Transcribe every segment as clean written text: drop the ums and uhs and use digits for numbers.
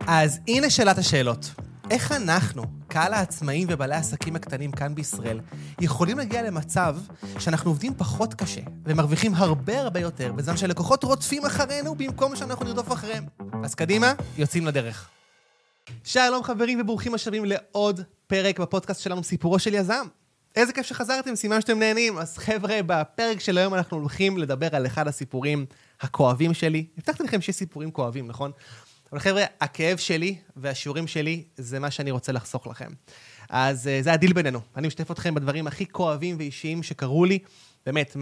אז הנה שאלת השאלות. איך אנחנו, קהל העצמאים ובעלי העסקים הקטנים כאן בישראל, יכולים להגיע למצב שאנחנו עובדים פחות קשה ומרוויחים הרבה יותר, בזמן שלקוחות רודפים אחרינו במקום שאנחנו נרדוף אחריהם? אז קדימה, יוצאים לדרך. שלום חברים וברוכים השבים לעוד פרק בפודקאסט שלנו, סיפורו של יזם. איזה כיף שחזרתם, סימן שאתם נהנים. אז חבר'ה, בפרק של היום אנחנו הולכים לדבר על אחד הסיפורים הכואבים שלי. הבטחתי לכם שיש סיפורים כואבים, נכון? אבל חבר'ה, הכאב שלי והשיעורים שלי זה מה שאני רוצה לחסוך לכם. אז זה הדיל בינינו. אני משתף אתכם בדברים הכי כואבים ואישיים שקרו לי, באמת,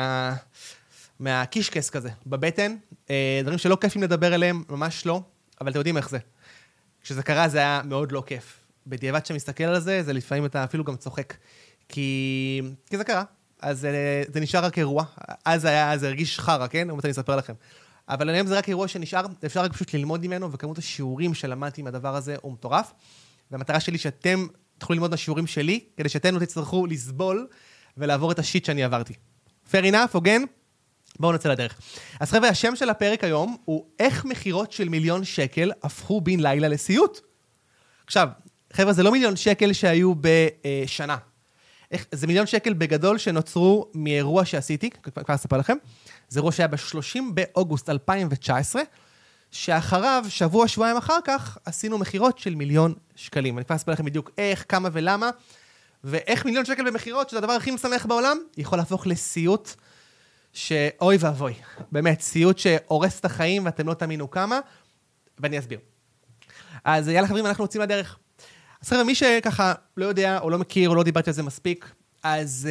מהקישקס כזה, בבטן. דברים שלא כיפים לדבר עליהם, ממש לא, אבל אתם יודעים איך זה. כשזה קרה זה היה מאוד לא כיף. בדיעבד שמסתכל על זה, זה לפעמים אתה אפילו גם צוחק. כי זה קרה. אז זה נשאר רק אירוע. אז זה הרגיש חרה, כן? אני אספר לכם. אבל היום זה רק אירוע שנשאר, אפשר רק פשוט ללמוד ממנו, וכמות השיעורים שלמדתי עם הדבר הזה הוא מטורף. והמטרה שלי שאתם תוכלו ללמוד מהשיעורים שלי, כדי שאתם לא תצטרכו לסבול ולעבור את השיט שאני עברתי. Fair enough, הוגן? בואו נצא לדרך. אז חבר'ה, השם של הפרק היום הוא איך מחירות של 1,000,000 שקל הפכו בן לילה לסיוט. עכשיו, חבר'ה, זה לא 1,000,000 שקל שהיו בשנה. זה 1,000,000 שקל בגדול שנוצרו מאירוע שעשיתי, כבר אספר לכם. זה אירוע שהיה ב-30 באוגוסט 2019, שאחריו, שבועיים אחר כך, עשינו מחירות של 1,000,000 שקלים. אני כבר אספר לכם בדיוק איך, כמה ולמה, ואיך 1,000,000 שקל במחירות, שזה הדבר הכי משמח בעולם, יכול להפוך לסיוט שאוי ואבוי. באמת, סיוט שהורס את החיים, ואתם לא תאמינו כמה, ואני אסביר. אז יאללה חברים, אנחנו יוצאים לדרך. אז חבר'ה, מי שככה לא יודע, או לא מכיר, או לא דיברתי על זה מספיק, אז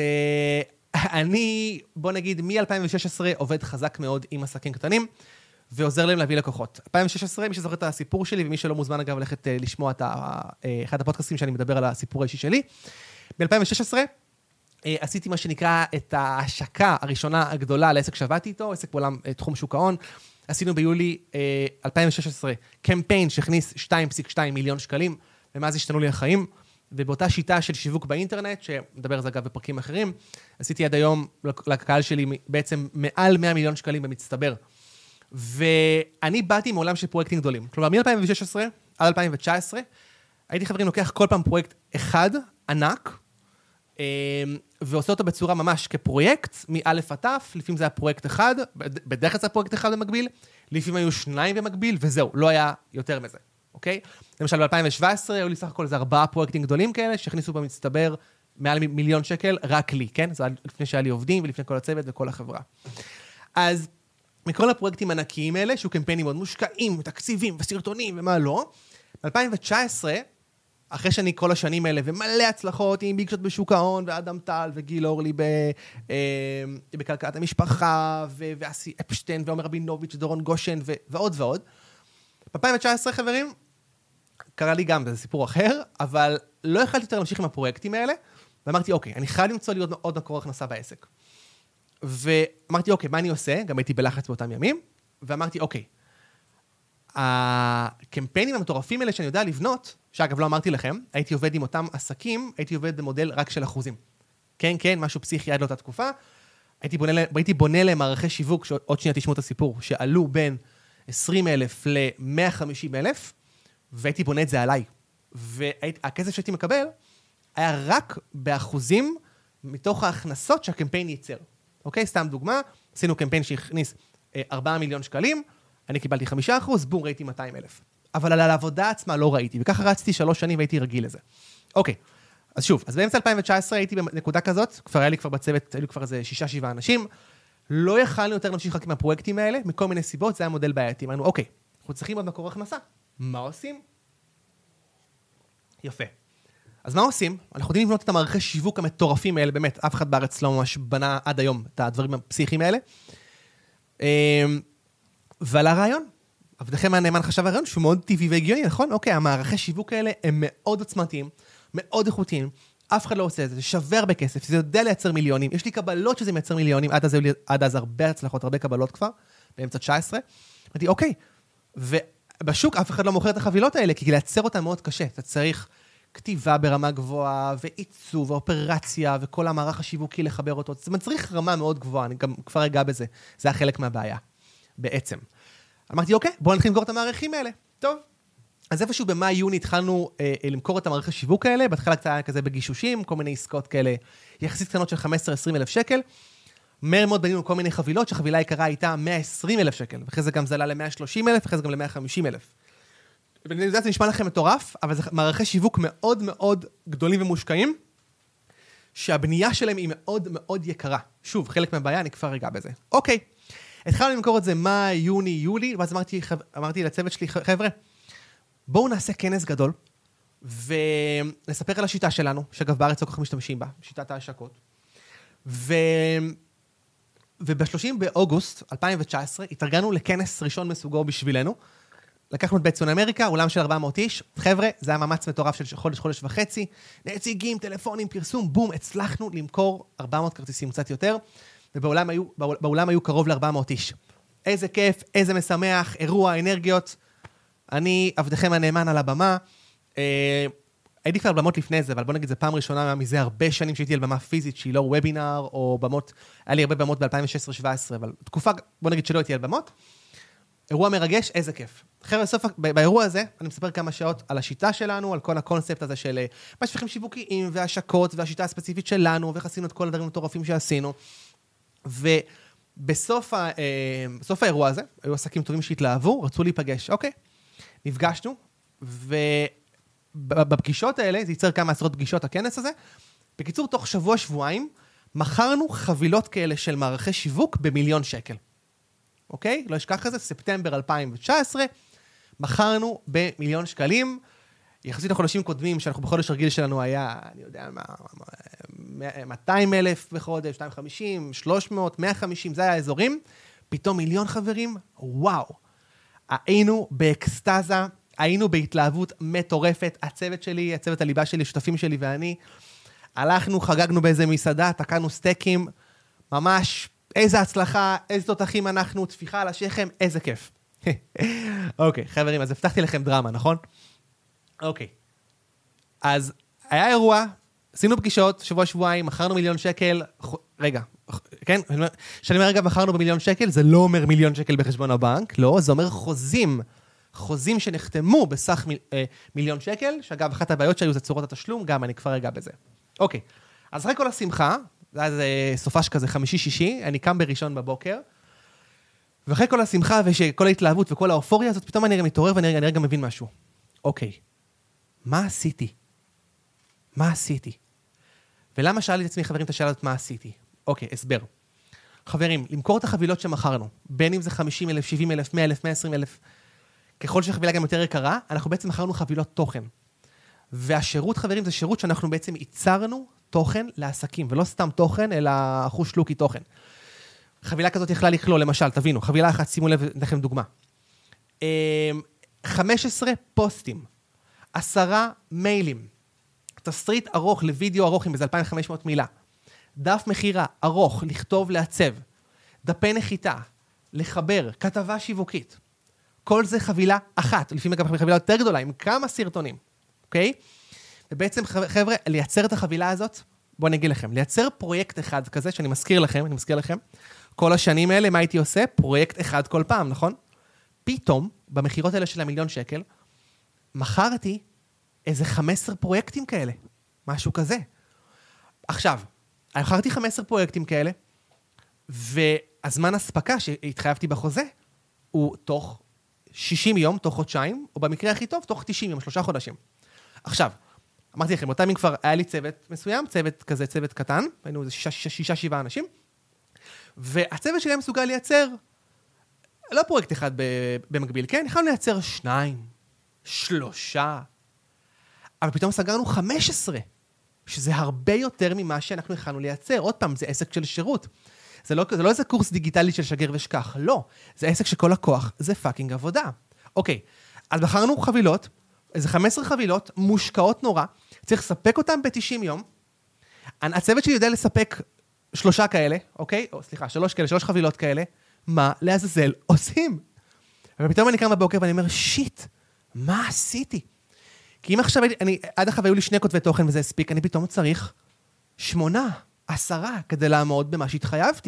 אני, בוא נגיד, מ-2016 עובד חזק מאוד עם עסקים קטנים, ועוזר להם להביא לקוחות. 2016, מי שזוכר את הסיפור שלי, ומי שלא מוזמן אגב ללכת לשמוע את אחד הפודקאסטים שאני מדבר על הסיפור האישי שלי, ב-2016 עשיתי מה שנקרא את ההשקה הראשונה הגדולה לעסק שעבדתי איתו, עסק בעולם תחום שוק ההון. עשינו ביולי 2016 קמפיין שהכניס 2.2 מיליון שקלים, ומאז השתנו לי החיים, ובאותה שיטה של שיווק באינטרנט, שמדבר על זה אגב בפרקים אחרים, עשיתי עד היום לקהל שלי בעצם מעל 100 מיליון שקלים במצטבר. ואני באתי מעולם של פרויקטים גדולים. כלומר, מ-2016 עד 2019, הייתי חברים לוקח כל פעם פרויקט אחד, ענק, ועושה אותו בצורה ממש כפרויקט, מאלף עד תף, לפעמים זה היה פרויקט אחד, בדרך כלל זה היה פרויקט אחד במקביל, לפעמים היו 2 במקביל, וזהו, לא היה יותר מזה. אוקיי? למשל, ב-2017 היו לי סך הכל איזה 4 פרויקטים גדולים כאלה, שהכניסו במצטבר מעל 1,000,000 שקל, רק לי, כן? זה לפני שהיה לי עובדים, ולפני כל הצוות וכל החברה. אז מכל הפרויקטים הענקיים האלה, שהוא קמפיינים מאוד מושקעים, תקציבים וסרטונים ומה לא, ב-2019, אחרי שאני כל השנים האלה, ומלא הצלחות עם ביג שוט בשוק ההון, ואדם טל, וגיל אורלי בכלכלת המשפחה, ואסי אפשטיין, ועומר רבינוביץ', ודורון גושן, ועוד ועוד. ב-2019, חברים, קרה לי גם, זה סיפור אחר, אבל לא יכלתי יותר להמשיך עם הפרויקטים האלה, ואמרתי, אוקיי, אני חייב למצוא לי עוד מקור הכנסה בעסק. ואמרתי, אוקיי, מה אני עושה? גם הייתי בלחץ באותם ימים, ואמרתי, אוקיי, הקמפיינים המטורפים האלה שאני יודע לבנות, שאגב לא אמרתי לכם, הייתי עובד עם אותם עסקים, הייתי עובד במודל רק של אחוזים. כן, משהו פסיכי עד לאותה תקופה, הייתי בונה להם מערכי שיווק, שעוד שנייה תשמעו את הסיפור, שעלו בין 20,000 ל-150,000, והייתי בונה את זה עליי. והכסף שהייתי מקבל, היה רק באחוזים מתוך ההכנסות שהקמפיין ייצר. אוקיי? סתם דוגמה, עשינו קמפיין שהכניס 4 מיליון שקלים, אני קיבלתי 5%, בום, ראיתי 200,000. אבל על העבודה עצמה לא ראיתי, וככה רצתי 3 שנים והייתי רגיל לזה. אוקיי, אז שוב, אז באמצע 2019 הייתי בנקודה כזאת, היה לי כבר בצוות, היו לי כבר איזה 6-7 אנשים, לא יכלנו יותר להמשיך רק עם הפרויקטים האלה, מכל מיני סיבות, זה היה מודל בעייתי. אמרנו, אוקיי, אנחנו צריכים עוד מקור הכנסה. מה עושים? יפה. אז מה עושים? אנחנו יודעים לבנות את המערכי שיווק המטורפים האלה, באמת, אף אחד בארץ לא ממש בנה עד היום את הדברים הפסיכיים האלה. ועל הרעיון, עבדכם הנאמן חשב הרעיון שהוא מאוד טבעי והגיוני, נכון? אוקיי, המערכי שיווק האלה הם מאוד עוצמתיים, מאוד איכותיים, אף אחד לא עושה את זה, זה שווה הרבה כסף, זה יודע לייצר מיליונים, יש לי קבלות שזה מייצר מיליונים, עד אז הרבה הצלחות, הרבה קבלות כבר, באמצע 19. אמרתי, אוקיי, ובשוק אף אחד לא מוכר את החבילות האלה, כי לייצר אותן מאוד קשה, אתה צריך כתיבה ברמה גבוהה, ועיצוב, ואופרציה, וכל המערך השיווקי לחבר אותו, זה מצריך רמה מאוד גבוהה, אני גם כבר אגע בזה, זה היה חלק מהבעיה, בעצם. אמרתי, אוקיי, בואו נתחיל למכור את המערכים האלה. טוב, אז איפשהו במאי-יוני התחלנו למכור את המערכת השיווק האלה, בהתחלה קצת היה כזה בגישושים, כל מיני עסקאות כאלה, יחסית קטנות של 15-20 אלף שקל, מהר מאוד בנינו כל מיני חבילות, שהחבילה העיקרה הייתה 120 אלף שקל, ואחרי זה גם זה עלה ל-130 אלף, ואחרי זה גם ל-150 אלף. ואני יודע, זה נשמע לכם מטורף, אבל זה מערכי שיווק מאוד מאוד גדולים ומושקעים, שהבנייה שלהם היא מאוד מאוד יקרה. שוב, חלק מהבעיה, אני כבר רגע בזה. אוקיי, התחלנו למכור את זה מאי, יוני, יולי, ואז אמרתי לצוות שלי, חבר'ה, בואו נעשה כנס גדול, ונספר על השיטה שלנו, שאגב בארץ לא כל כך משתמשים בה, שיטת ההשקות. וב-30 באוגוסט 2019 התארגנו לכנס ראשון מסוגו בשבילנו, לקחנו את בית אמריקה, אולם של 400 איש, חבר'ה, זה היה מאמץ מטורף של חודש וחצי, נציגים, טלפונים, פרסום, בום, הצלחנו למכור 400 כרטיסים, קצת יותר, ובאולם היו קרוב ל-400 איש. איזה כיף, איזה משמח, אירוע, אנרגיות. אני עבדכם הנאמן על הבמה, הייתי כבר במות לפני זה, אבל בוא נגיד, זה פעם ראשונה מזה הרבה שנים שהייתי על במה פיזית, שהיא לא וובינר, או במות, היה לי הרבה במות ב-2016-2017, אבל תקופה, בוא נגיד שלא הייתי על במות, אירוע מרגש, איזה כיף. חבר'ה, בסוף, באירוע הזה, אני מספר כמה שעות על השיטה שלנו, על כל הקונספט הזה של משפיכים שיווקיים, והשקות, והשיטה הספציפית שלנו, וחסינו את כל הדברים המטורפים שעשינו, ובסוף האירוע הזה, היו עסקים טובים שהתלהבו, רצו להיפגש, אוקיי, נפגשנו, ובפגישות האלה, זה ייצר כמה עשרות פגישות הכנס הזה, בקיצור, תוך שבוע-שבועיים, מכרנו חבילות כאלה של מערכי שיווק ב1,000,000 שקל. אוקיי? לא אשכח כזה, ספטמבר 2019, מכרנו ב1,000,000 שקלים, יחסית לחודשים קודמים, שאנחנו בחודש רגיל שלנו היה, אני יודע מה, 200,000 בחודש, 250, 300, 150, זה היה האזורים, פתאום 1,000,000 חברים, וואו. היינו באקסטאזה, היינו בהתלהבות מטורפת, הצוות שלי, הצוות הליבה שלי, שותפים שלי ואני, הלכנו, חגגנו באיזה מסעדה, תקענו סטייקים, ממש איזה הצלחה, איזה תותחים אנחנו, תפיחה על השכם, איזה כיף. אוקיי, חברים, אז הבטחתי לכם דרמה, נכון? אוקיי. אז היה אירוע, עשינו פגישות, שבוע-שבועיים, מכרנו 1,000,000 שקל, רגע, כן? שאני אומר, רגע, מכרנו ב1,000,000 שקל, זה לא אומר 1,000,000 שקל בחשבון הבנק, לא, זה אומר חוזים שנחתמו בסך 1,000,000 שקל, שאגב, אחת הבעיות שהיו זה צורות התשלום, גם אני כבר רגע בזה. אוקיי, אז אחרי כל השמחה, זה היה סופש כזה, חמישי-שישי, אני קם בראשון בבוקר, ואחרי כל השמחה וכל ההתלהבות וכל האופוריה הזאת, פתאום אני מתעורר ואני רגע מבין משהו. אוקיי, מה עשיתי? מה עשיתי? ולמה שאלתי את עצמי, חברים, את השאלה הזאת, מה עשיתי? אוקיי, הסבר. חברים, למכור את החבילות שמכרנו, בין אם זה 50,000, 70,000, 100,000, 120,000, ככל שהחבילה גם יותר יקרה, אנחנו בעצם מכרנו חבילות תוכן. והשירות, חברים, זה שירות שאנחנו בעצם ייצרנו תוכן לעסקים, ולא סתם תוכן, אלא אחוש לוקי תוכן. חבילה כזאת יכלה לכלול, למשל, תבינו, חבילה אחת, שימו לב, לכם דוגמה. 15 פוסטים, 10 מיילים, תסריט ארוך לוידאו ארוך עם איזה 2,500 מילה, דף מחירה ארוך, לכתוב, לעצב, דפי נחיתה, לחבר, כתבה שיווקית. כל זה חבילה אחת, לפעמים גם חבילה יותר גדולה, עם כמה סרטונים, אוקיי? ובעצם, חבר'ה, לייצר את החבילה הזאת, בואו נגיד לכם, לייצר פרויקט אחד כזה, שאני מזכיר לכם, כל השנים האלה, מה הייתי עושה? פרויקט אחד כל פעם, נכון? פתאום, במחירות האלה של 1,000,000 שקל, מכרתי איזה 15 פרויקטים כאלה, משהו כזה. עכשיו, מכרתי 15 פרויקטים כאלה, והזמן הספקה שהתחייבתי בחוזה, הוא תוך 60 יום, תוך חודשיים, או במקרה הכי טוב, תוך 90 יום, 3 חודשים. עכשיו, אמרתי לכם, באותם ימים כבר היה לי צוות מסוים, צוות כזה, צוות קטן, היינו איזה 6-7 אנשים, והצוות שלי היה מסוגל לייצר, לא פרויקט אחד במקביל, כן? יכולנו לייצר 2, 3, אבל פתאום סגרנו 15, שזה הרבה יותר ממה שאנחנו יכולנו לייצר. עוד פעם, זה עסק של שירות. זה לא איזה קורס דיגיטלי של שגר ושכח, לא. זה עסק שכל לקוח, זה פאקינג עבודה. אוקיי, אז בחרנו חבילות, איזה 15 חבילות, מושקעות נורא, צריך לספק אותם ב-90 יום, הצוות שלי יודע לספק 3 כאלה, אוקיי? או סליחה, 3 כאלה, 3 חבילות כאלה, מה לעזאזל עושים? ופתאום אני קם בבוקר ואני אומר, שיט, מה עשיתי? כי אם עכשיו, עד עכשיו היו לי 2 כותבי תוכן וזה הספיק, אני פתאום צריך 8, 10, כדי לעמוד במה שהתחייבתי.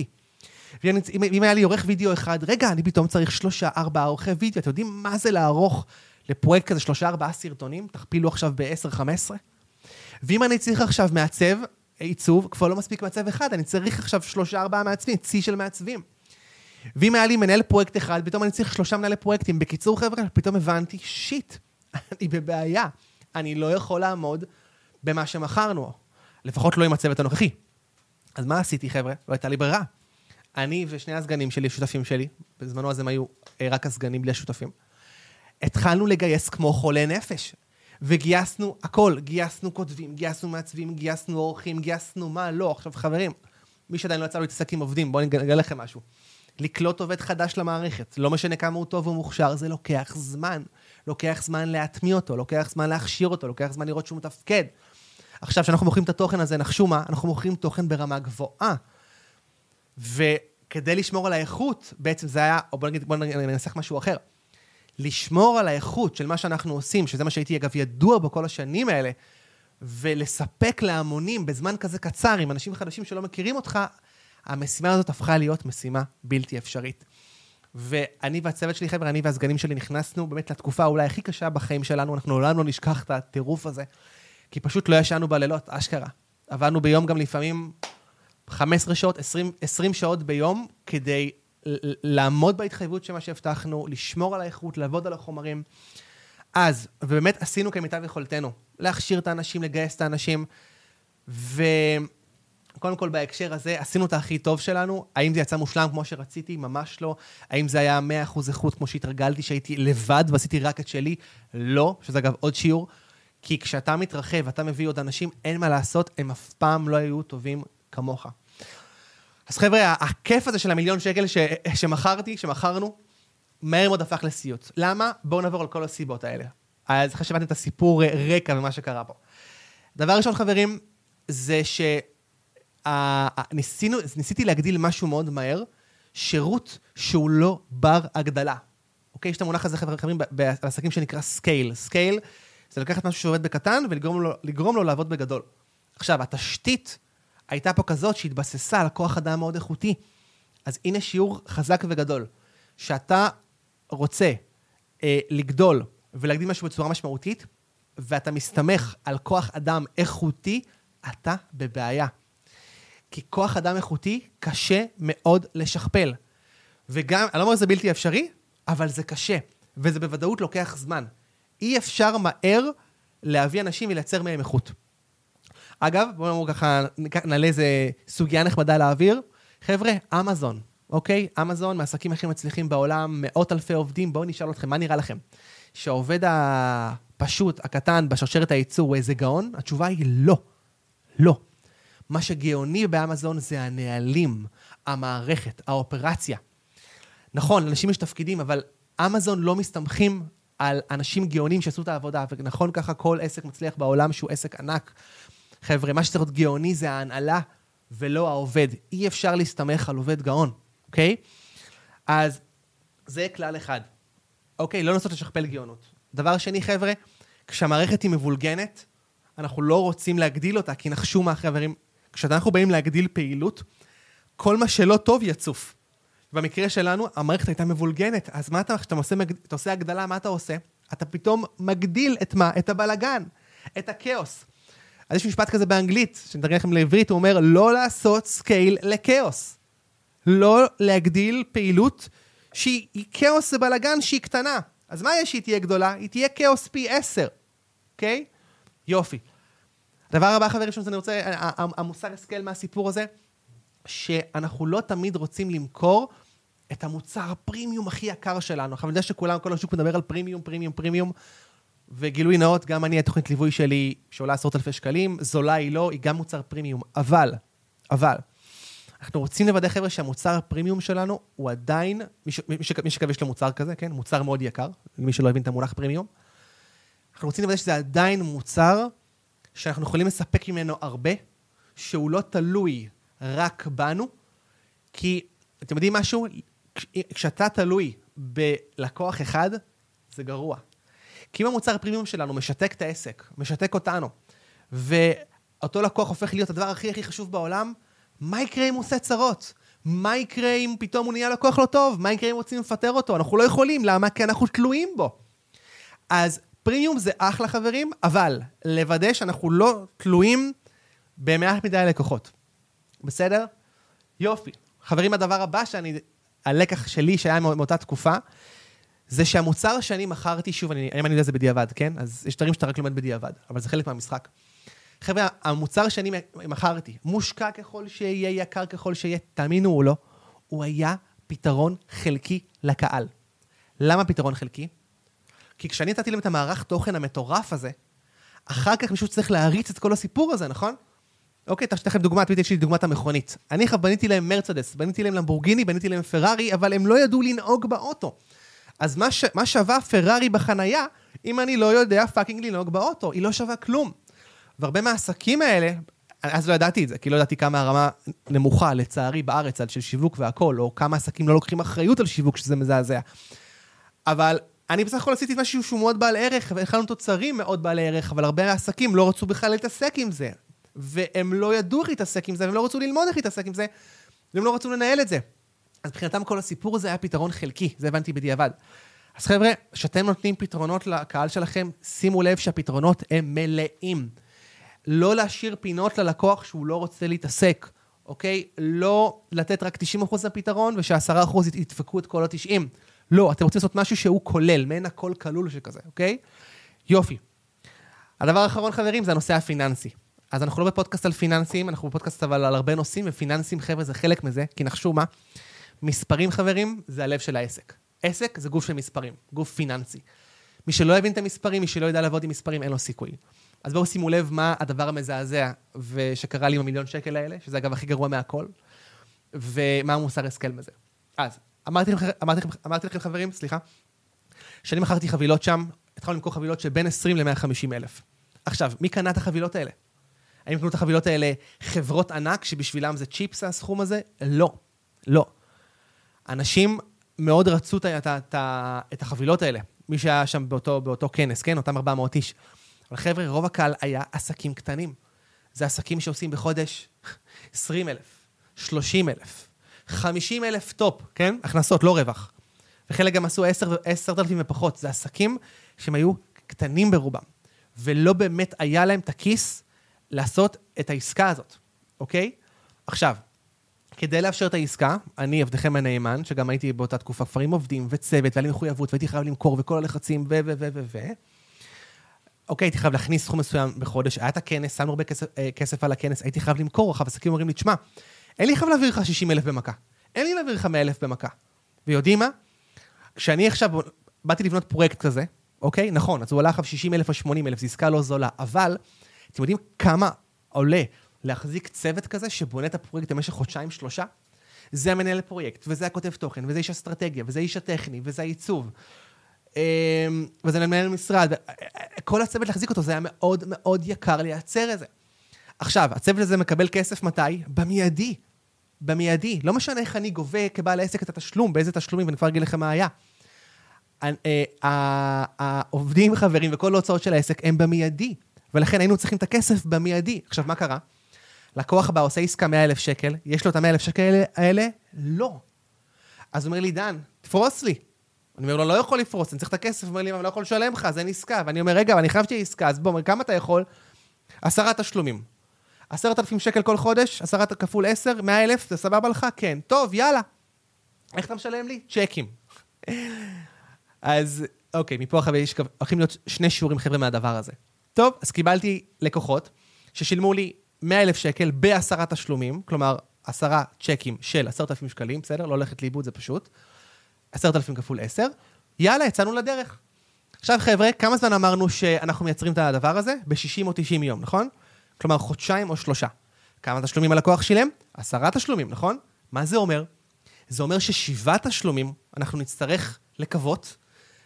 ואם היה לי עורך וידאו אחד, רגע, אני פתאום צריך 3, 4 עורכי וידאו, אתם יודעים מה זה לערוך לפרויקט כזה 3-4 סרטונים, תכפילו עכשיו ב-10-15, ואם אני צריך עכשיו מעצב, עיצוב, כבר לא מספיק מעצב אחד, אני צריך עכשיו 3-4 מעצבים, צי של מעצבים. ואם היה לי מנהל פרויקט אחד, פתאום אני צריך 3 מנהלי פרויקטים. בקיצור, חבר'ה, פתאום הבנתי, שיט, אני בבעיה. אני לא יכול לעמוד במה שמכרנו. לפחות לא עם הצוות הנוכחי. אז מה עשיתי, חבר'ה? לא הייתה לי ברירה. אני ושני הסגנים שלי, שותפים שלי, בזמנו אז הם היו רק הסגנים בלי השותפים, התחלנו לגייס כמו חולי נפש. וגייסנו הכל, גייסנו כותבים, גייסנו מעצבים, גייסנו אורחים, גייסנו מה לא. עכשיו חברים, מי שעדיין לא יצא לו להתעסק עם עובדים, בואו נגלה לכם משהו. לקלוט עובד חדש למערכת, לא משנה כמה הוא טוב ומוכשר, זה לוקח זמן. לוקח זמן להטמיע אותו, לוקח זמן להכשיר אותו, לוקח זמן לראות שהוא מתפקד. עכשיו, כשאנחנו מוכרים את התוכן הזה, נחשו מה? אנחנו מוכרים תוכן ברמה גבוהה. וכדי לשמור על האיכות, בעצם זה היה, או בואו ננסח משהו אחר. לשמור על האיכות של מה שאנחנו עושים, שזה מה שהייתי אגב ידוע בכל השנים האלה, ולספק להמונים בזמן כזה קצר, עם אנשים חדשים שלא מכירים אותך, המשימה הזאת הפכה להיות משימה בלתי אפשרית. ואני והצוות שלי, חבר'ה, אני והסגנים שלי נכנסנו באמת לתקופה אולי הכי קשה בחיים שלנו, אנחנו לעולם לא נשכח את הטירוף הזה, כי פשוט לא ישנו בלילות, אשכרה. עבדנו ביום גם לפעמים 15 שעות, 20 שעות ביום, כדי לעמוד בהתחייבות שמה שהבטחנו, לשמור על האיכות, לעבוד על החומרים. אז, ובאמת עשינו כמיטב יכולתנו, להכשיר את האנשים, לגייס את האנשים, וקודם כל בהקשר הזה, עשינו את הכי טוב שלנו. האם זה יצא מושלם כמו שרציתי? ממש לא. האם זה היה 100% איכות כמו שהתרגלתי שהייתי לבד ועשיתי רק את שלי? לא, שזה אגב עוד שיעור. כי כשאתה מתרחב, אתה מביא עוד אנשים, אין מה לעשות, הם אף פעם לא היו טובים כמוך. אז חבר'ה, הכיף הזה של $1,000,000 שמכרנו, מהר מאוד הפך לסיוט. למה? בואו נעבור על כל הסיבות האלה. אז אחרי שבאתם את הסיפור רקע ומה שקרה פה. דבר ראשון, חברים, זה ניסיתי להגדיל משהו מאוד מהר, שירות שהוא לא בר הגדלה. אוקיי? יש את המונח הזה, חברים, בעסקים שנקרא סקייל. סקייל זה לקחת משהו שעובד בקטן ולגרום לו לעבוד בגדול. עכשיו, התשתית הייתה פה כזאת שהתבססה על כוח אדם מאוד איכותי. אז הנה שיעור חזק וגדול. שאתה רוצה לגדול ולהגדיל משהו בצורה משמעותית, ואתה מסתמך על כוח אדם איכותי, אתה בבעיה. כי כוח אדם איכותי קשה מאוד לשכפל. וגם, אני לא אומר שזה בלתי אפשרי, אבל זה קשה. וזה בוודאות לוקח זמן. אי אפשר מהר להביא אנשים ולייצר מהם איכות. אגב, בואו נאמר ככה, נעלה איזה סוגיה נחמדה לאוויר. חבר'ה, אמזון, אוקיי? אמזון, מהעסקים הכי מצליחים בעולם, 100,000 עובדים. בואו נשאל אתכם, מה נראה לכם? שהעובד הפשוט, הקטן, בשרשרת הייצור, הוא איזה גאון? התשובה היא לא. לא. מה שגאוני באמזון זה הנהלים, המערכת, האופרציה. נכון, אנשים יש תפקידים, אבל אמזון לא מסתמכים על אנשים גאונים שעשו את העבודה, ונכון ככה כל עסק מצליח בעולם שהוא עסק ענק. חבר'ה, מה שצריך להיות גאוני זה ההנהלה ולא העובד. אי אפשר להסתמך על עובד גאון, אוקיי? אז זה כלל אחד. אוקיי, לא לנסות לשכפל גאונות. דבר שני, חבר'ה, כשהמערכת היא מבולגנת, אנחנו לא רוצים להגדיל אותה, כי נחשו מה, חברים, כשאנחנו באים להגדיל פעילות, כל מה שלא טוב יצוף. במקרה שלנו, המערכת הייתה מבולגנת, אז מה אתה, כשאתה עושה הגדלה, מה אתה עושה? אתה פתאום מגדיל את מה? את הבלגן, את הכאוס. אז יש משפט כזה באנגלית, שנתרגם לכם לעברית, הוא אומר, לא לעשות סקייל לכאוס. לא להגדיל פעילות שהיא כאוס זה בלגן שהיא קטנה. אז מה יש שהיא תהיה גדולה? היא תהיה כאוס פי 10. אוקיי? יופי. הדבר הבא, חברים, שאני רוצה, המוסר הסקייל מהסיפור הזה, שאנחנו לא תמיד רוצים למכור את המוצר הפרימיום הכי יקר שלנו. עכשיו, אני יודע שכולם, כל השוק מדבר על פרימיום, וגילוי נאות, גם אני, התוכנית ליווי שלי, שעולה 10,000 שקלים, זולה היא לא, היא גם מוצר פרימיום. אבל, אנחנו רוצים לוודא, חבר'ה, שהמוצר הפרימיום שלנו, הוא עדיין, מי שקווה יש לו מוצר כזה, כן? מוצר מאוד יקר, למי שלא הבין את המונח פרימיום. אנחנו רוצים לוודא שזה עדיין מוצר, שאנחנו יכולים לספק ממנו הרבה, שהוא לא תלוי רק בנו, כי, אתם יודעים משהו? כשאתה תלוי בלקוח אחד, זה גרוע. כי אם המוצר הפרימיום שלנו משתק את העסק, משתק אותנו, ואותו לקוח הופך להיות הדבר הכי חשוב בעולם, מה יקרה אם הוא עושה צרות? מה יקרה אם פתאום הוא נהיה לקוח לא טוב? מה יקרה אם רוצים לפטר אותו? אנחנו לא יכולים, למה? כי אנחנו תלויים בו. אז פרימיום זה אחלה חברים, אבל לוודא שאנחנו לא תלויים במעט מדי לקוחות. בסדר? יופי. חברים, הדבר הבא הלקח שלי שהיה מאותה תקופה, זה שהמוצר שאני מכרתי, שוב, אני יודע זה בדיעבד, כן? אז יש דברים שאתה רק לומד בדיעבד, אבל זה חלק מהמשחק. חבר'ה, המוצר שאני מכרתי, מושקע ככל שיהיה, יקר ככל שיהיה, תאמינו או לא, הוא היה פתרון חלקי לקהל. למה פתרון חלקי? כי כשאני נתתי להם את המערך תוכן המטורף הזה, אחר כך מישהו צריך להריץ את כל הסיפור הזה, נכון? אוקיי, תכף דוגמה, יש לי דוגמת המכונית. אני בניתי להם מרצדס, בניתי להם למבורגיני, בניתי להם פרארי, אבל הם לא ידעו לנהוג באוטו. אז מה שווה פרארי בחנייה, אם אני לא יודע פאקינג לנהוג באוטו? היא לא שווה כלום. והרבה מהעסקים האלה, אז לא ידעתי את זה, כי לא ידעתי כמה הרמה נמוכה, לצערי, בארץ, על של שיווק והכל, או כמה עסקים לא לוקחים אחריות על שיווק, שזה מזעזע. אבל אני בסך הכל עשיתי משהו שהוא מאוד בעל ערך, והכלנו תוצרים מאוד בעל ערך, אבל הרבה מהעסקים לא רצו בכלל להתעסק עם זה. והם לא ידעו איך להתעסק עם זה, והם לא רצו ללמוד איך להתעסק עם זה, והם לא רצו לנהל את זה. אז מבחינתם כל הסיפור הזה היה פתרון חלקי, זה הבנתי בדיעבד. אז חבר'ה, שאתם נותנים פתרונות לקהל שלכם, שימו לב שהפתרונות הם מלאים. לא להשאיר פינות ללקוח שהוא לא רוצה להתעסק, אוקיי? לא לתת רק 90% לפתרון, וש10% ידפקו את כל ה-90. לא, אתם רוצים לעשות משהו שהוא כולל, מעין הכל כלול שכזה, אוקיי? יופי. הדבר האחרון, חברים, זה הנושא הפיננסי. אז אנחנו לא בפודקאסט על פיננסים, אנחנו בפודקאסט אבל על הרבה נושאים, ופיננסים, חבר'ה, זה חלק מזה, כי נחשו מה? מספרים, חברים, זה הלב של העסק. עסק זה גוף של מספרים, גוף פיננסי. מי שלא יבין את המספרים, מי שלא ידע לעבוד עם מספרים, אין לו סיכוי. אז בואו שימו לב מה הדבר המזעזע, ושקרה לי עם ה1,000,000 האלה, שזה אגב הכי גרוע מהכל, ומה המוסר השכל מזה. אז, אמרתי לכם חברים, סליחה, שאני מכרתי חבילות שם, התחלנו למכור חבילות שבין 20 ל-150 אלף. עכשיו, מי קנה את החבילות האלה? האם קנו את החבילות האלה חברות ענק, שבשבילם זה צ'יפס הסכום הזה? לא, לא. אנשים מאוד רצו את החבילות האלה, מי שהיה שם באותו כנס, כן? אותם 400 איש. אבל חבר'ה, רוב הקהל היה עסקים קטנים. זה עסקים שעושים בחודש 20,000, 30,000, 50,000 טופ, כן? הכנסות, לא רווח. וחלק גם עשו 10,000 ופחות. זה עסקים שהם היו קטנים ברובם. ולא באמת היה להם את הכיס לעשות את העסקה הזאת. אוקיי? עכשיו, כדי לאפשר את העסקה, אני עבדכם הנאמן, שגם הייתי באותה תקופה כפרים עובדים וצוות, ועלי מחויבות, והייתי חייב למכור וכל הלחצים אוקיי, הייתי חייב להכניס סכום מסוים בחודש, היה את הכנס, שמנו הרבה כסף על הכנס, הייתי חייב למכור, עכשיו עסקים אומרים לי, תשמע, אין לי חייב להעביר לך 60,000 במכה, אין לי להעביר לך 100,000 במכה. ויודעים מה? כשאני עכשיו באתי לבנות פרויקט כזה, אוקיי, נכון, אז הוא עולה עכשיו 60,000 או 80,000, זו עסקה לא זולה, אבל אתם יודעים כמה עולה להחזיק צוות כזה שבונה את הפרויקט במשך חודשיים-שלושה? זה המנהל הפרויקט, וזה הכותב תוכן, וזה איש אסטרטגיה, וזה איש הטכני, וזה העיצוב, וזה מנהל משרד, כל הצוות להחזיק אותו, זה היה מאוד מאוד יקר לייצר את זה. עכשיו, הצוות הזה מקבל כסף מתי? במיידי. במיידי. לא משנה איך אני גובה כבעל העסק את התשלום, באיזה תשלומים, ואני כבר אגיד לכם מה היה. העובדים, חברים, וכל ההוצאות של העסק הם במיידי, ולכן היינו צריכים את הכסף במיידי. עכשיו, מה קרה? לקוח הבא עושה עסקה 100,000 שקל, יש לו את 100,000 שקל האלה? לא. אז הוא אומר לי, דן, תפרוס לי. אני אומר לו, לא יכול לפרוס, אני צריך את הכסף, הוא אומר לי, אני לא יכול לשלם לך, אז אין עסקה. ואני אומר, רגע, אני חייב שתהיה עסקה, אז בוא, כמה אתה יכול? 10 תשלומים. 10,000 שקל כל חודש, 10 כפול 10, 100,000, זה סבבה לך? כן. טוב, יאללה. איך אתה משלם לי? צ'קים. אז, אוקיי, מפה הולכים להיות 2 שיעורים חבר'ה מהדבר הזה. טוב, אז קיבלתי לקוחות ששילמו לי 100,000 שקל ב10 תשלומים, כלומר, 10 צ'קים של 10,000 שקלים, בסדר? לא הולכת לאיבוד, זה פשוט. 10,000 כפול 10. יאללה, יצאנו לדרך. עכשיו, חבר'ה, כמה זמן אמרנו שאנחנו מייצרים את הדבר הזה? ב-60 או 90 יום, נכון? כלומר, חודשיים או 3. כמה תשלומים הלקוח שילם? 10 תשלומים, נכון? מה זה אומר? זה אומר ש7 תשלומים אנחנו נצטרך לקוות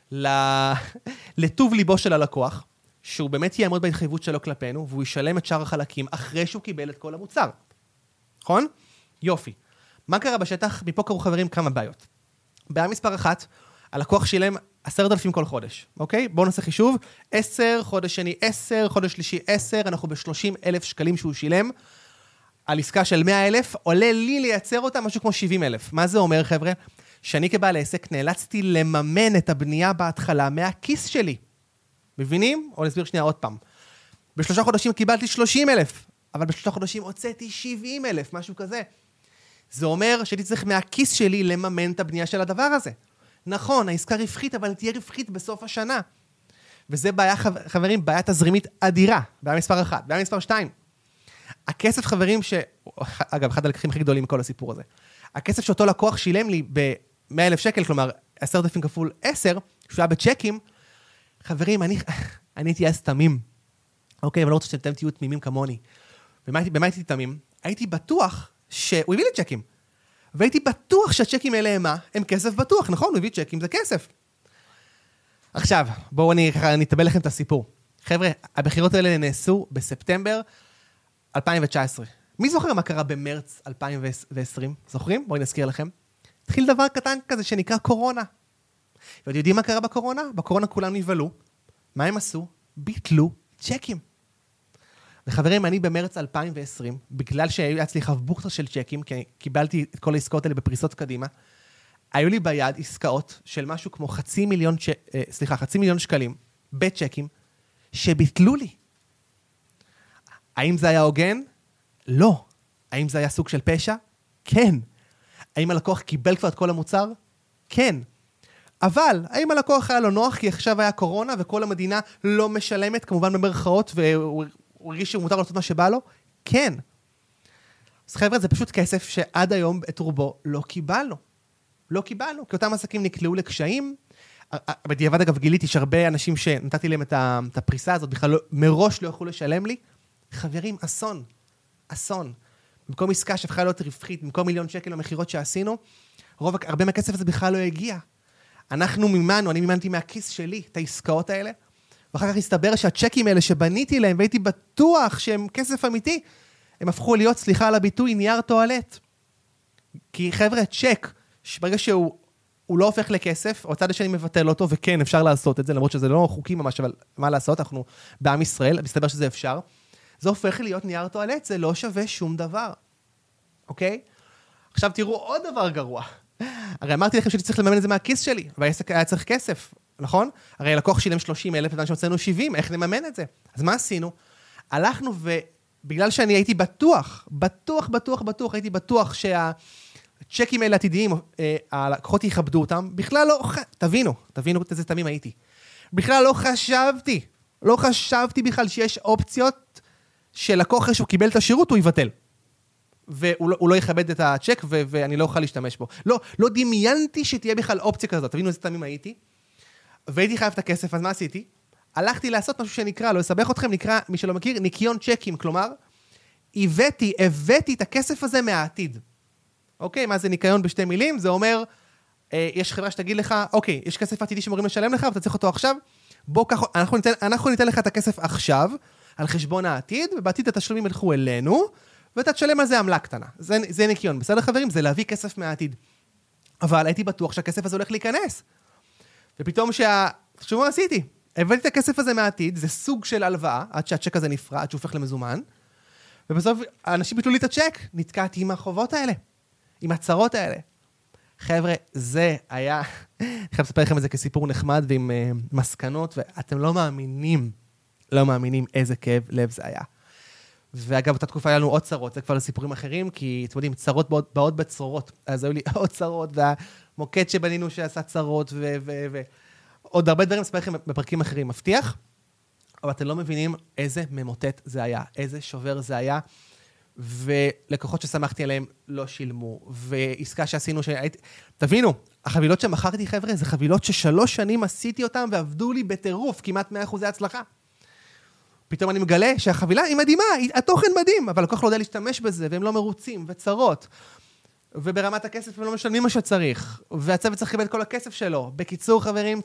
לטוב ליבו של הלקוח, שהוא באמת יעמוד בהתחייבות שלו כלפינו, והוא ישלם את שאר החלקים אחרי שהוא קיבל את כל המוצר. נכון? יופי. מה קרה בשטח? מפה קרו חברים כמה בעיות. בעיה מספר 1, הלקוח שילם 10,000 כל חודש, אוקיי? בואו נעשה חישוב, 10, חודש שני 10, חודש שלישי 10, אנחנו ב-30,000 שקלים שהוא שילם, על עסקה של 100,000, עולה לי לייצר אותה משהו כמו 70,000. מה זה אומר, חבר'ה? שאני כבעל עסק נאלצתי לממן את הבנייה בהתחלה מהכיס שלי. מבינים? או נסביר שנייה עוד פעם. ב3 חודשים קיבלתי 30,000, אבל ב3 חודשים הוצאתי 70,000, משהו כזה. זה אומר שהייתי צריך מהכיס שלי לממן את הבנייה של הדבר הזה. נכון, העסקה רווחית, אבל תהיה רווחית בסוף השנה. וזה בעיה, חברים, בעיה תזרימית אדירה. בעיה מספר 1. בעיה מספר 2. הכסף, חברים, אגב, אחד הלקחים הכי גדולים מכל הסיפור הזה. הכסף שאותו לקוח שילם לי ב-100,000 שקל, כלומר, 10,000 כפול 10, שהוא היה בצ'קים, חברים, אני הייתי אז תמים. אוקיי, אבל לא רוצה שאתם תהיו תמימים כמוני. במה הייתי תמים? הייתי בטוח שהוא הביא לי צ'קים. והייתי בטוח שהצ'קים האלה הם כסף בטוח, נכון? הוא הביא צ'קים, זה כסף. עכשיו, בואו אני אתבל לכם את הסיפור. חבר'ה, הבחירות האלה נעשו בספטמבר 2019. מי זוכר מה קרה במרץ 2020? זוכרים? בואו נזכיר לכם. התחיל דבר קטן כזה שנקרא קורונה. ואתם יודעים מה קרה בקורונה? בקורונה כולם נבהלו. מה הם עשו? ביטלו צ'קים. וחברים, אני במרץ 2020, בגלל שהיו אצלי חבוכתה של צ'קים, כי קיבלתי את כל העסקאות האלה בפריסות קדימה, היו לי ביד עסקאות של משהו כמו 500,000 שקלים בצ'קים, שביטלו לי. האם זה היה הוגן? לא. האם זה היה סוג של פשע? כן. האם הלקוח קיבל כבר את כל המוצר? כן. אבל, האם הלקוח היה לו נוח כי עכשיו היה קורונה וכל המדינה לא משלמת, כמובן במרכאות, והוא הרגיש שמותר לעשות מה שבא לו? כן. אז חבר'ה, זה פשוט כסף שעד היום את רובו לא קיבלנו. לא קיבלנו, כי אותם עסקים נקלעו לקשיים. בדיעבד אגב גיליתי שהרבה אנשים שנתתי להם את הפריסה הזאת, בכלל מראש לא יכולו לשלם לי. חברים, אסון. אסון. במקום עסקה שהפכה להיות רווחית, במקום 1,000,000 שקל במחירות שעשינו, הרבה מהכסף הזה בכלל לא הגיע. אני מימנתי מהכיס שלי את העסקאות האלה, ואחר כך הסתבר שהצ'קים האלה שבניתי להם, והייתי בטוח שהם כסף אמיתי, הם הפכו להיות, סליחה על הביטוי, נייר טואלט. כי חבר'ה, צ'ק, ברגע שהוא לא הופך לכסף, או הצד השני מבטל אותו, וכן, אפשר לעשות את זה, למרות שזה לא חוקי ממש, אבל מה לעשות? אנחנו בעם ישראל, מסתבר שזה אפשר. זה הופך להיות נייר טואלט, זה לא שווה שום דבר. אוקיי? עכשיו תראו עוד דבר גרוע. הרי אמרתי לכם שאני צריך לממן את זה מהכיס שלי, והעסק היה צריך כסף, נכון? הרי לקוח שילם 30,000, ואני שמצאנו 70, איך נממן את זה? אז מה עשינו? הלכנו ובגלל שאני הייתי בטוח, הייתי בטוח שהצ'קים האלה עתידיים, הלקוחות יכבדו אותם, בכלל לא, תבינו איזה תמים הייתי. בכלל לא חשבתי בכלל שיש אופציות שלקוח אחרי שהוא קיבל את השירות, הוא יבטל. והוא לא יכבד את הצ'ק, ואני לא אוכל להשתמש בו. לא דמיינתי שתהיה בכלל אופציה כזאת. תבינו איזה תמים הייתי. והייתי חייב את הכסף, אז מה עשיתי? הלכתי לעשות משהו שנקרא, לא אסבך אתכם, נקרא, מי שלא מכיר, ניקיון צ'קים. כלומר, הבאתי את הכסף הזה מהעתיד. אוקיי, מה זה ניקיון בשתי מילים? זה אומר, יש חברה שתגיד לך, אוקיי, יש כסף עתידי שמורים לשלם לך, ואתה צריך אותו עכשיו, בוא ככה, אנחנו ניתן לך את הכסף עכשיו, על חשבון העתיד, ובעתיד התשלומים ילכו אלינו, ואתה תשלם על זה עמלה קטנה. זה ניקיון. בסדר חברים? זה להביא כסף מהעתיד. אבל הייתי בטוח שהכסף הזה הולך להיכנס. ופתאום תחשבו מה עשיתי. הבאתי את הכסף הזה מהעתיד, זה סוג של הלוואה, עד שהצ'ק הזה נפרע, עד שהוא הופך למזומן, ובסוף האנשים ביטלו לי את הצ'ק, נתקעתי עם החובות האלה, עם הצרות האלה. חבר'ה, זה היה, אני חייב לספר לכם את זה כסיפור נחמד ועם מסקנות, ואתם לא מאמינים איזה כאב לב זה היה. ואגב, אותה תקופה היה לנו עוד צרות, זה כבר לסיפורים אחרים, כי אתם יודעים, צרות באות בצרורות, אז היו לי עוד צרות, והמוקד שבנינו שעשה צרות, ועוד הרבה דברים לספר לכם בפרקים אחרים, מבטיח, אבל אתם לא מבינים איזה ממוטט זה היה, איזה שובר זה היה, ולקוחות ששמחתי עליהם לא שילמו, ועסקה שעשינו, תבינו, החבילות שמכרתי, חבר'ה, זה חבילות ש3 שנים עשיתי אותן, ועבדו לי בטירוף, כמעט 100% הצלחה. פתאום אני מגלה שהחבילה היא מדהימה, התוכן מדהים, אבל לקוח לא יודע להשתמש בזה, והם לא מרוצים, וצרות. וברמת הכסף הם לא משלמים מה שצריך, והצוות צריך לקבל את כל הכסף שלו. בקיצור, חברים,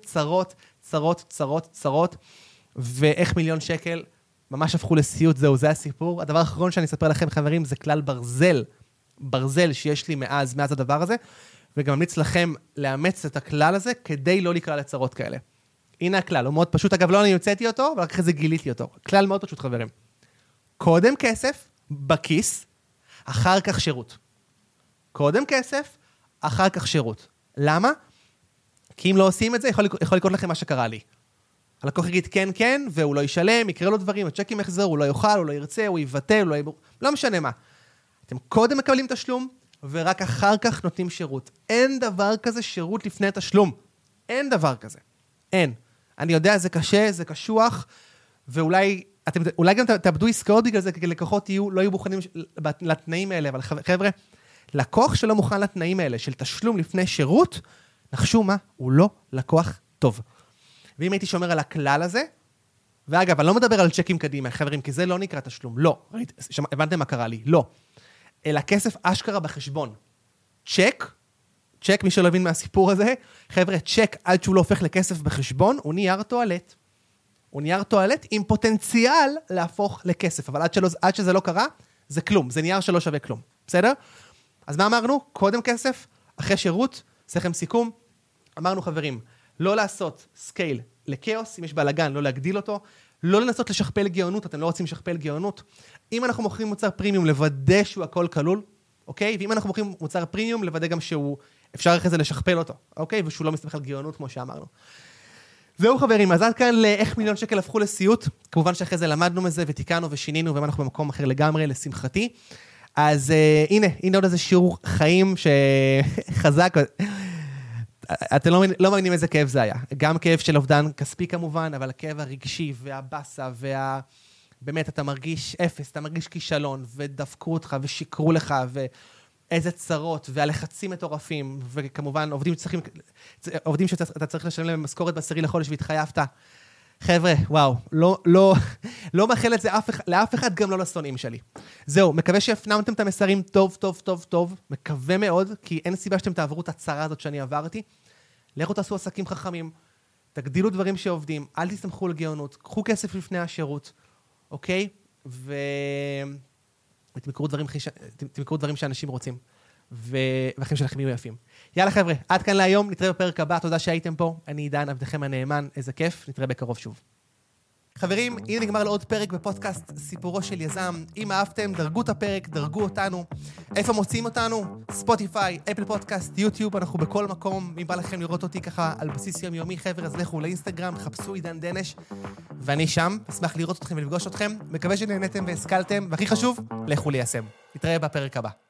צרות, ואיך 1,000,000 שקל ממש הפכו לסיוט, זה הסיפור. הדבר האחרון שאני אספר לכם, חברים, זה כלל ברזל שיש לי מאז הדבר הזה, וגם ממליץ לכם לאמץ את הכלל הזה, כדי לא לקרוא לצרות כאלה. הנה הכלל, הוא מאוד פשוט, אגב לא אני יוצאתי אותו, אבל אחרי זה גיליתי אותו. כלל מאוד פשוט, חברים. קודם כסף, בכיס, אחר כך שירות. קודם כסף, אחר כך שירות. למה? כי אם לא עושים את זה, יכול לקרות לכם מה שקרה לי. הלקוח יגיד כן, כן, והוא לא ישלם, יקרה לו דברים, הצ'קים יחזרו, הוא לא יאכל, הוא לא ירצה, הוא יבטל, לא משנה מה. אתם קודם מקבלים תשלום, ורק אחר כך נותנים שירות. אין דבר כזה שירות לפני תשלום. אין דבר כזה. אין. אני יודע, זה קשה, זה קשוח, ואולי גם תאבדו עסקאות בגלל זה, כי לקוחות לא יהיו מוכנים לתנאים האלה, אבל חבר'ה, לקוח שלא מוכן לתנאים האלה, של תשלום לפני שירות, נחשו מה? הוא לא לקוח טוב. ואם הייתי שומר על הכלל הזה, ואגב, אני לא מדבר על צ'קים קדימה, חברים, כי זה לא נקרא תשלום, לא. הבנתם מה קרה לי? לא. אלא כסף אשכרה בחשבון. צ'ק, מי שלא הבין מהסיפור הזה, חבר'ה, צ'ק עד שהוא לא הופך לכסף בחשבון, הוא נייר טואלט. הוא נייר טואלט עם פוטנציאל להפוך לכסף, אבל עד שזה לא קרה, זה כלום, זה נייר שלא שווה כלום. בסדר? אז מה אמרנו? קודם כסף, אחרי שירות, עשיכם סיכום. אמרנו חברים, לא לעשות סקייל לקאוס, אם יש בלגן, לא להגדיל אותו, לא לנסות לשכפל גאונות, אתם לא רוצים לשכפל גאונות. אם אנחנו מוכרים מוצר פרימיום, לוודא שהוא הכל כלול, אוקיי? ואם אנחנו מוכרים מוצר פרימיום, לוודא גם שהוא, אפשר אחרי זה לשכפל אותו, אוקיי? ושהוא לא מסתמך על גאונות, כמו שאמרנו. זהו חברים, אז עד כאן לאיך מיליון שקל הפכו לסיוט. כמובן שאחרי זה למדנו מזה ותיקנו ושינינו, ואנחנו במקום אחר לגמרי, לשמחתי. אז הנה עוד איזה שיעור חיים שחזק. אתם לא מאמינים איזה כאב זה היה. גם כאב של אובדן כספי כמובן, אבל הכאב הרגשי והבאסה באמת אתה מרגיש אפס, אתה מרגיש כישלון, ודפקו אותך ושיקרו לך, ואיזה צרות, והלחצים מטורפים, וכמובן עובדים שאתה צריך לשלם להם משכורת ב10 לחודש והתחייבת. חבר'ה, וואו, לא מאחל את זה לאף אחד, גם לא לשונאים שלי. זהו, מקווה שהפנמתם את המסרים טוב, מקווה מאוד, כי אין סיבה שאתם תעברו את הצרה הזאת שאני עברתי. לכו תעשו עסקים חכמים, תגדילו דברים שעובדים, אל תסתמכו על גאונות, קחו כסף לפני השירות, אוקיי? ותמכרו דברים שאנשים רוצים, והחיים שלכם יהיו יפים. יאללה חבר'ה, עד כאן להיום, נתראה בפרק הבא, תודה שהייתם פה, אני עידן, עבדכם הנאמן, איזה כיף, נתראה בקרוב שוב. חברים, הנה נגמר לעוד פרק בפודקאסט סיפורו של יזם. אם אהבתם, דרגו את הפרק, דרגו אותנו. איפה מוצאים אותנו? ספוטיפיי, אפל פודקאסט, יוטיוב, אנחנו בכל מקום. אם בא לכם לראות אותי ככה על בסיס יומיומי, חבר'ה, אז לכו לאינסטגרם, חפשו עידן דנש, ואני שם, אשמח לראות אתכם ולפגוש אתכם. מקווה שנהנתם והשכלתם, והכי חשוב, לכו ליישם. נתראה בפרק הבא.